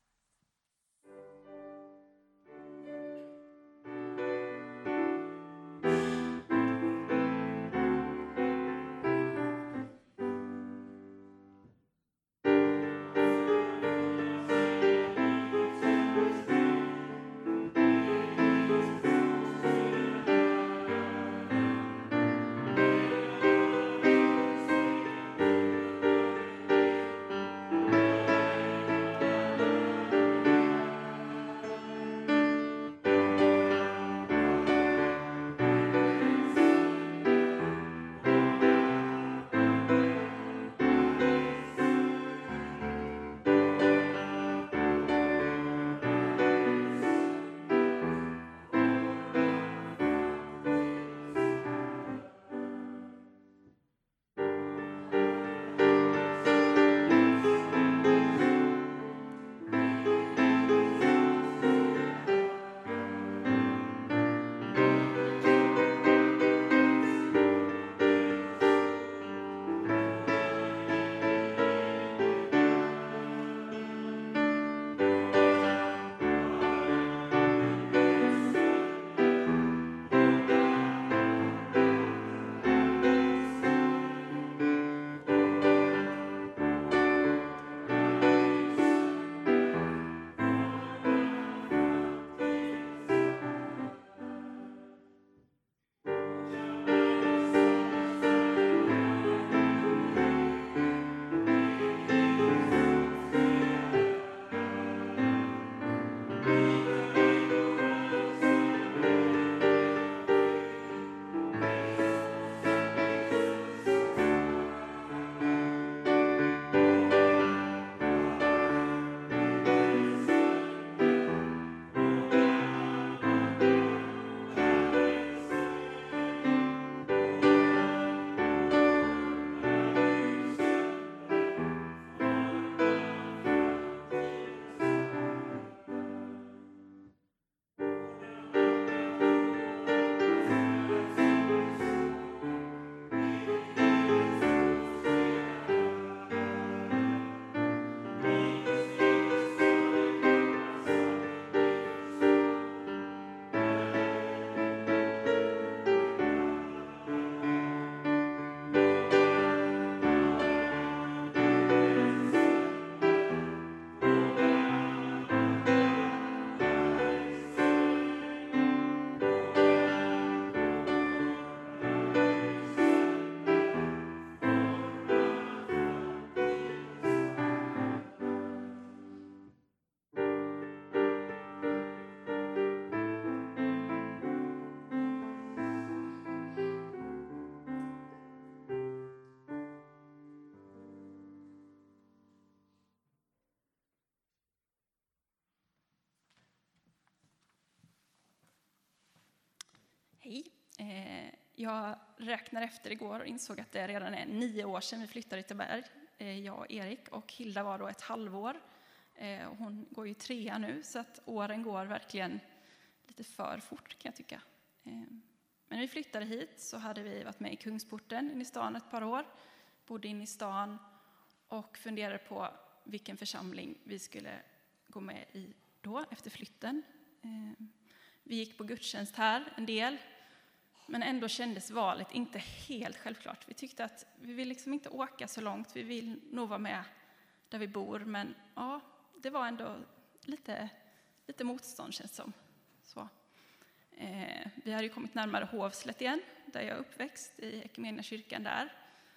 Hej. Eh, jag räknade efter igår och insåg att det redan är nio år sedan vi flyttade till Berg. Eh, jag och Erik, och Hilda var då ett halvår. Eh, och hon går ju trea nu, så att åren går verkligen lite för fort, kan jag tycka. Eh, men när vi flyttade hit så hade vi varit med i Kungsporten in i stan ett par år. Bodde in i stan och funderade på vilken församling vi skulle gå med i då efter flytten. Eh, vi gick på gudstjänst här en del, men ändå kändes valet inte helt självklart. Vi tyckte att vi vill liksom inte åka så långt, vi vill nog vara med där vi bor, men ja, det var ändå lite, lite motstånd, känns som. Så. Eh, vi hade ju kommit närmare Hovslätt igen, där jag är uppväxt, i Ekumeniakyrkan där.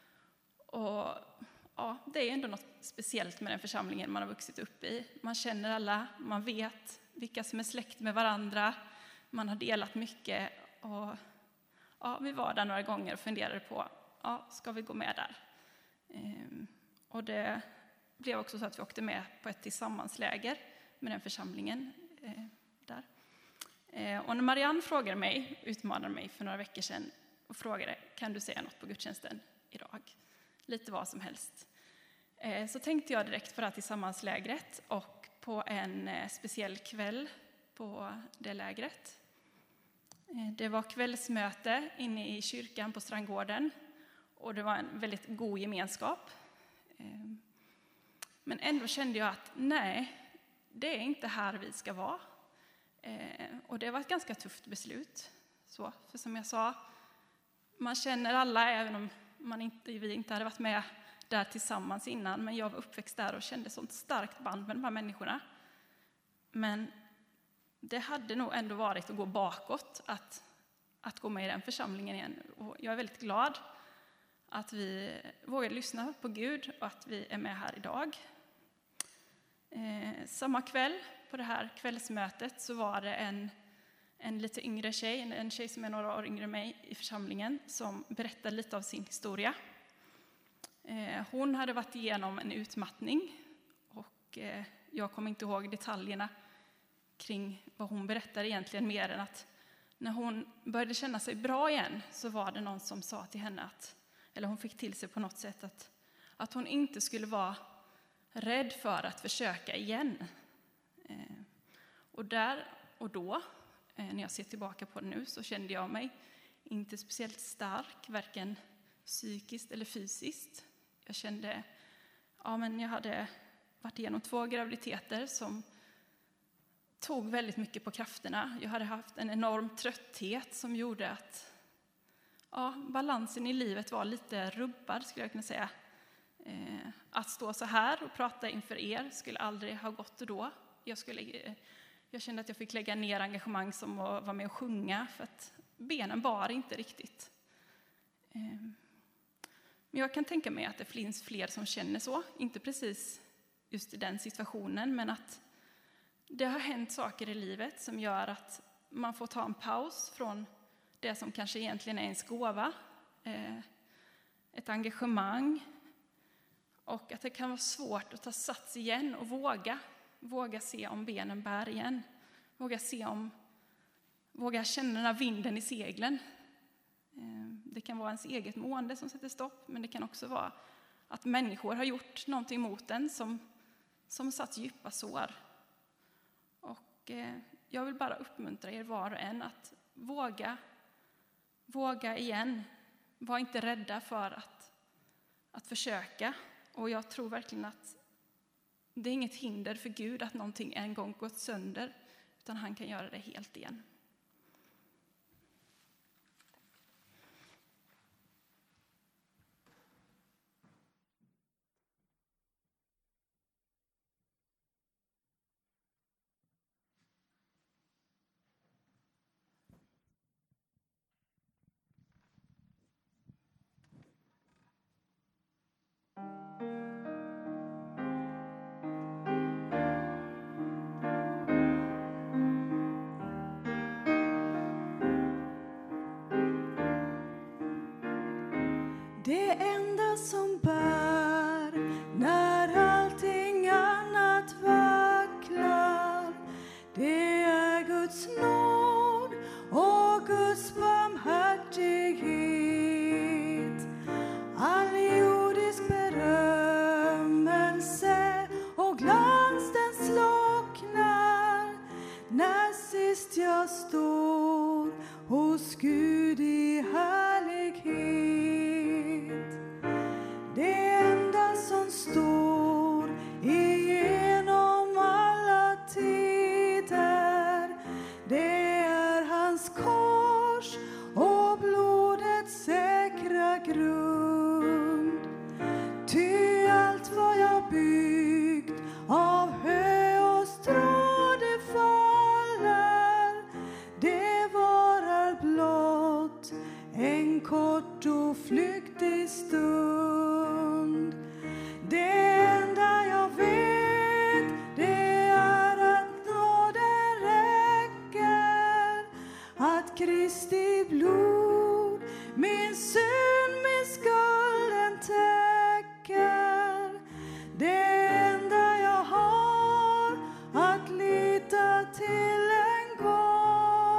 Och ja, det är ändå något speciellt med den församlingen man har vuxit upp i. Man känner alla, man vet vilka som är släkt med varandra, man har delat mycket. Och ja, vi var där några gånger och funderade på, ja, ska vi gå med där? Ehm, och det blev också så att vi åkte med på ett tillsammansläger med den församlingen eh, där. Eh, och när Marianne frågade mig, utmanade mig för några veckor sedan och frågade, kan du säga något på gudstjänsten idag? Lite vad som helst. Eh, så tänkte jag direkt på det här tillsammanslägret och på en eh, speciell kväll på det lägret. Eh, det var kvällsmöte inne i kyrkan på Strandgården och det var en väldigt god gemenskap. Eh, men ändå kände jag att nej, det är inte här vi ska vara. Eh, och det var ett ganska tufft beslut. Så, för som jag sa, man känner alla, även om man inte, vi inte hade varit med där tillsammans innan. Men jag var uppväxt där och kände sånt starkt band med de här människorna. Men det hade nog ändå varit att gå bakåt, att, att gå med i den församlingen igen. Och jag är väldigt glad att vi vågade lyssna på Gud och att vi är med här idag. Eh, samma kväll på det här kvällsmötet så var det en, en lite yngre tjej, en, en tjej som är några år yngre än mig i församlingen, som berättade lite av sin historia. Eh, hon hade varit igenom en utmattning och eh, jag kommer inte ihåg detaljerna kring vad hon berättade egentligen, mer än att när hon började känna sig bra igen så var det någon som sa till henne att, eller hon fick till sig på något sätt att, att hon inte skulle vara rädd för att försöka igen. Eh, och där och då, eh, när jag ser tillbaka på det nu, så kände jag mig inte speciellt stark, varken psykiskt eller fysiskt. Jag kände, ja men jag hade varit igenom två graviditeter som tog väldigt mycket på krafterna. Jag hade haft en enorm trötthet som gjorde att ja, balansen i livet var lite rubbad, skulle jag kunna säga. Eh, att stå så här och prata inför er skulle aldrig ha gått då. Jag, skulle, jag kände att jag fick lägga ner engagemang som att vara med och sjunga, för att benen bar inte riktigt. Eh, men jag kan tänka mig att det finns fler som känner så. Inte precis just i den situationen, men att det har hänt saker i livet som gör att man får ta en paus från det som kanske egentligen är ens gåva. Eh, ett engagemang. Och att det kan vara svårt att ta sats igen och våga. Våga se om benen bär igen. Våga se om, våga känna den här vinden i seglen. Det kan vara ens eget mående som sätter stopp. Men det kan också vara att människor har gjort någonting mot en som, som satt djupa sår. Och jag vill bara uppmuntra er var och en att våga. Våga igen. Var inte rädda för att, att försöka. Och jag tror verkligen att det är inget hinder för Gud att någonting en gång gått sönder, utan han kan göra det helt igen. Det enda som bär när allting annat vacklar, det är Guds nåd och Guds barmhärtighet. All jordisk berömmelse och glans den slocknar när sist jag står hos Gud i härlighet. Det enda som står igenom alla tider, det är hans kors och blodets säkra grund. Ty allt vad jag byggt av hö och strå det faller, det varar blott en kort och flyktig stund. Det enda jag vet, det är att nåden räcker, att Kristi blod min synd, min skulden täcker. Det enda jag har att lita till en gång,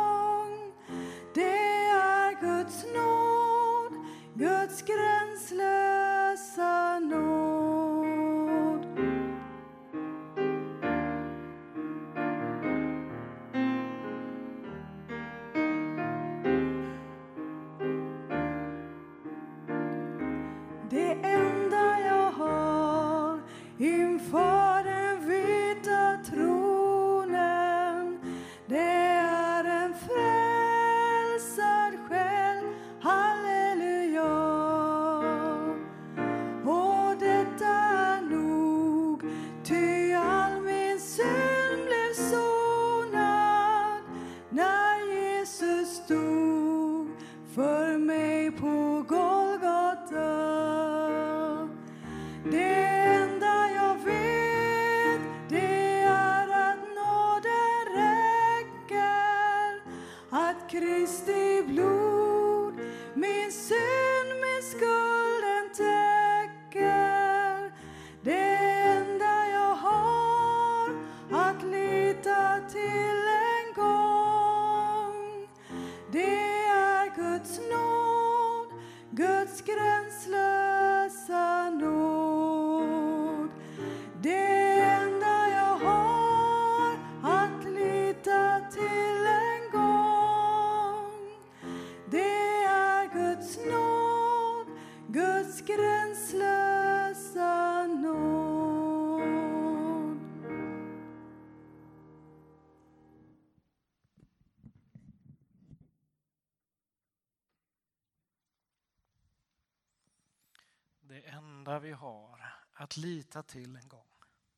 det enda vi har att lita till en gång.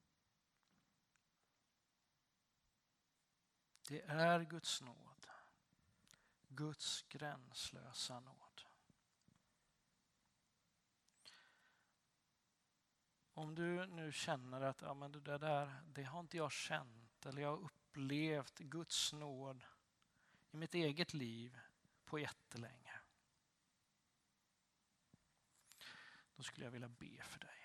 Det är Guds nåd. Guds gränslösa nåd. Om du nu känner att ja, men det där, det har inte jag känt eller jag har upplevt Guds nåd i mitt eget liv på jättelänge. Då skulle jag vilja be för dig.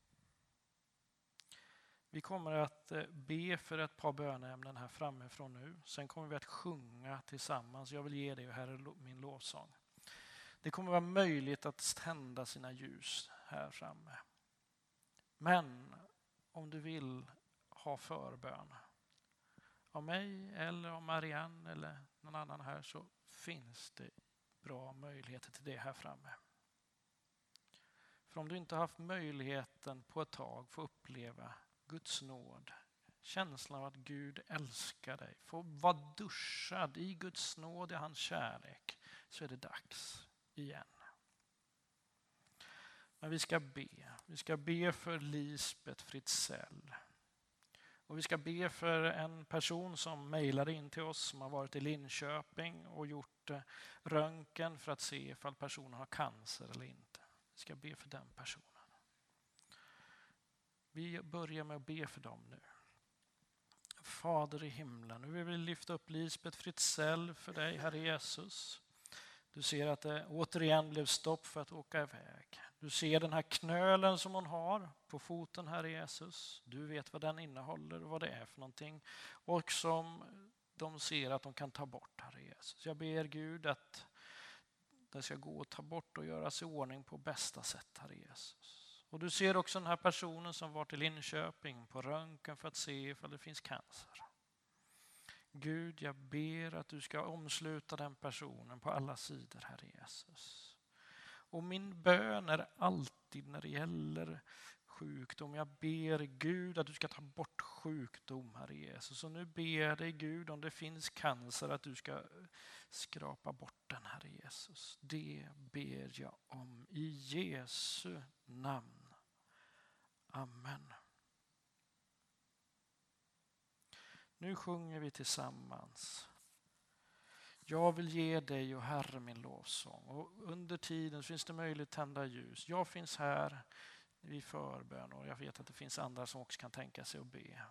Vi kommer att be för ett par böneämnen här framifrån nu. Sen kommer vi att sjunga tillsammans. Jag vill ge dig här min lovsång. Det kommer vara möjligt att tända sina ljus här framme. Men om du vill ha förbön av mig eller av Marianne eller någon annan här så finns det bra möjligheter till det här framme. För om du inte har haft möjligheten på ett tag få uppleva Guds nåd, känslan av att Gud älskar dig, få vara duschad i Guds nåd, i hans kärlek, så är det dags igen. Men vi ska be. Vi ska be för Lisbeth Fritzell. Och vi ska be för en person som mejlade in till oss som har varit i Linköping och gjort röntgen för att se ifall personen har cancer eller inte. Vi ska be för den personen. Vi börjar med att be för dem nu. Fader i himlen, nu vill vi lyfta upp Lisbeth Fritzell för dig, Herre Jesus. Du ser att det återigen blev stopp för att åka iväg. Du ser den här knölen som hon har på foten, Herre Jesus. Du vet vad den innehåller och vad det är för någonting. Och som de ser att de kan ta bort, Herre Jesus. Jag ber Gud att det ska gå att ta bort och göras i ordning på bästa sätt, Herre Jesus. Och du ser också den här personen som var till Linköping på röntgen för att se ifall det finns cancer. Gud, jag ber att du ska omsluta den personen på alla sidor, Herre Jesus. Och min bön är alltid när det gäller sjukdom. Jag ber Gud att du ska ta bort sjukdom, Herre Jesus. Och nu ber jag dig Gud, om det finns cancer, att du ska skrapa bort den, Herre Jesus. Det ber jag om i Jesu namn. Amen. Nu sjunger vi tillsammans. Jag vill ge dig och Herre min lovsång. Och under tiden finns det möjlighet att tända ljus. Jag finns här vid förbön och jag vet att det finns andra som också kan tänka sig att be.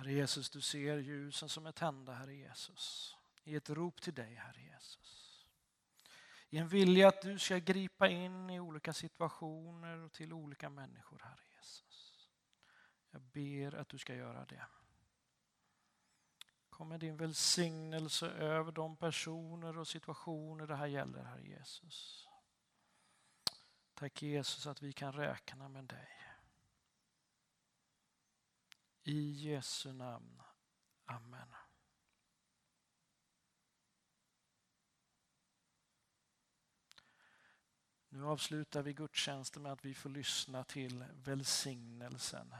Herre Jesus, du ser ljusen som är tända, Herre Jesus. I ett rop till dig, Herre Jesus. I en vilja att du ska gripa in i olika situationer och till olika människor, Herre Jesus. Jag ber att du ska göra det. Kom med din välsignelse över de personer och situationer det här gäller, Herre Jesus. Tack Jesus att vi kan räkna med dig. I Jesu namn. Amen. Nu avslutar vi gudstjänsten med att vi får lyssna till välsignelsen.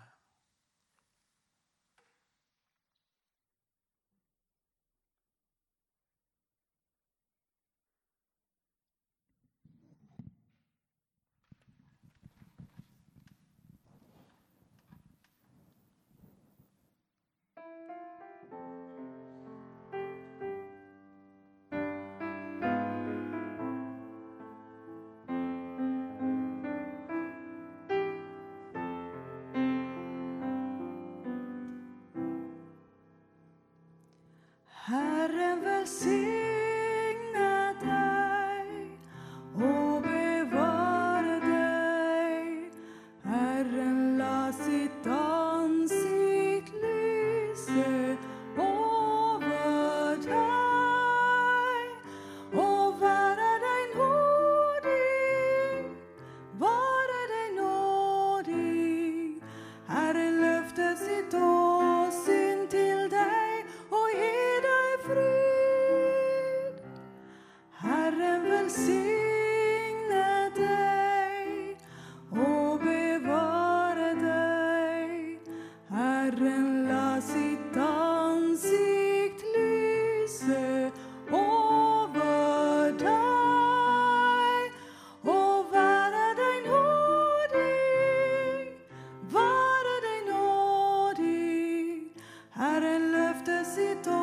Herren välsigna dig och bevara dig. Herren la sitt ansikte lyse över dig och vara dig nådig, vara dig nådig. Herren lyfte sitt åsyn till dig och ge dig frid. Herren välsigne dig och bevara dig. Herren la sitt ansikte lyse över dig och vara dig nådig, vara dig nådig. Herren lyfte sitt